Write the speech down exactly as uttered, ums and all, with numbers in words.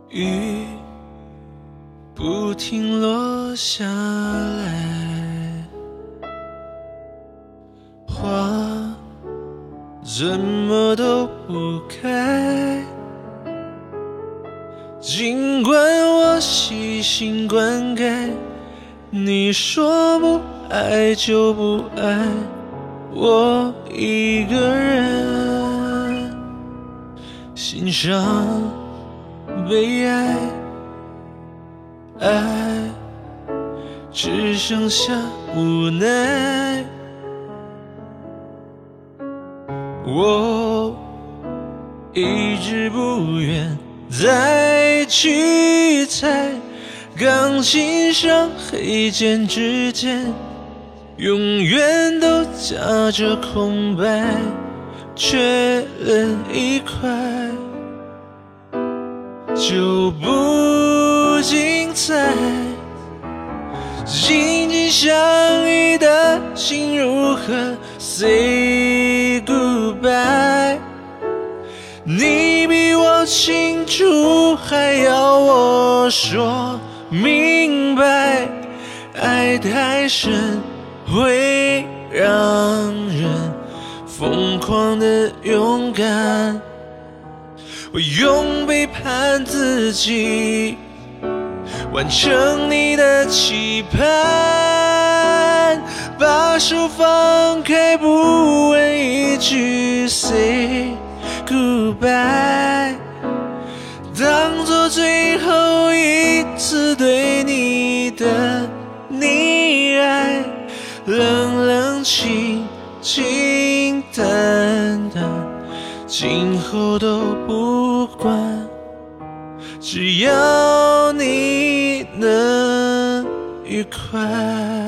雨不停落下来，花怎么都不开。尽管我细心灌溉，你说不爱就不爱，我一个人欣赏被爱，爱只剩下无奈。我一直不愿再去猜，钢琴上黑键之间永远都夹着空白，缺了一块就不精彩。紧紧相依的心如何 say goodbye？ 你比我清楚，还要我说明白。爱太深会让人疯狂的勇敢，我用背叛自己完成你的期盼，把手放开，不问一句 say goodbye， 当作最后一次对你的溺爱，冷冷清清淡淡，今后都不管，只要你能愉快。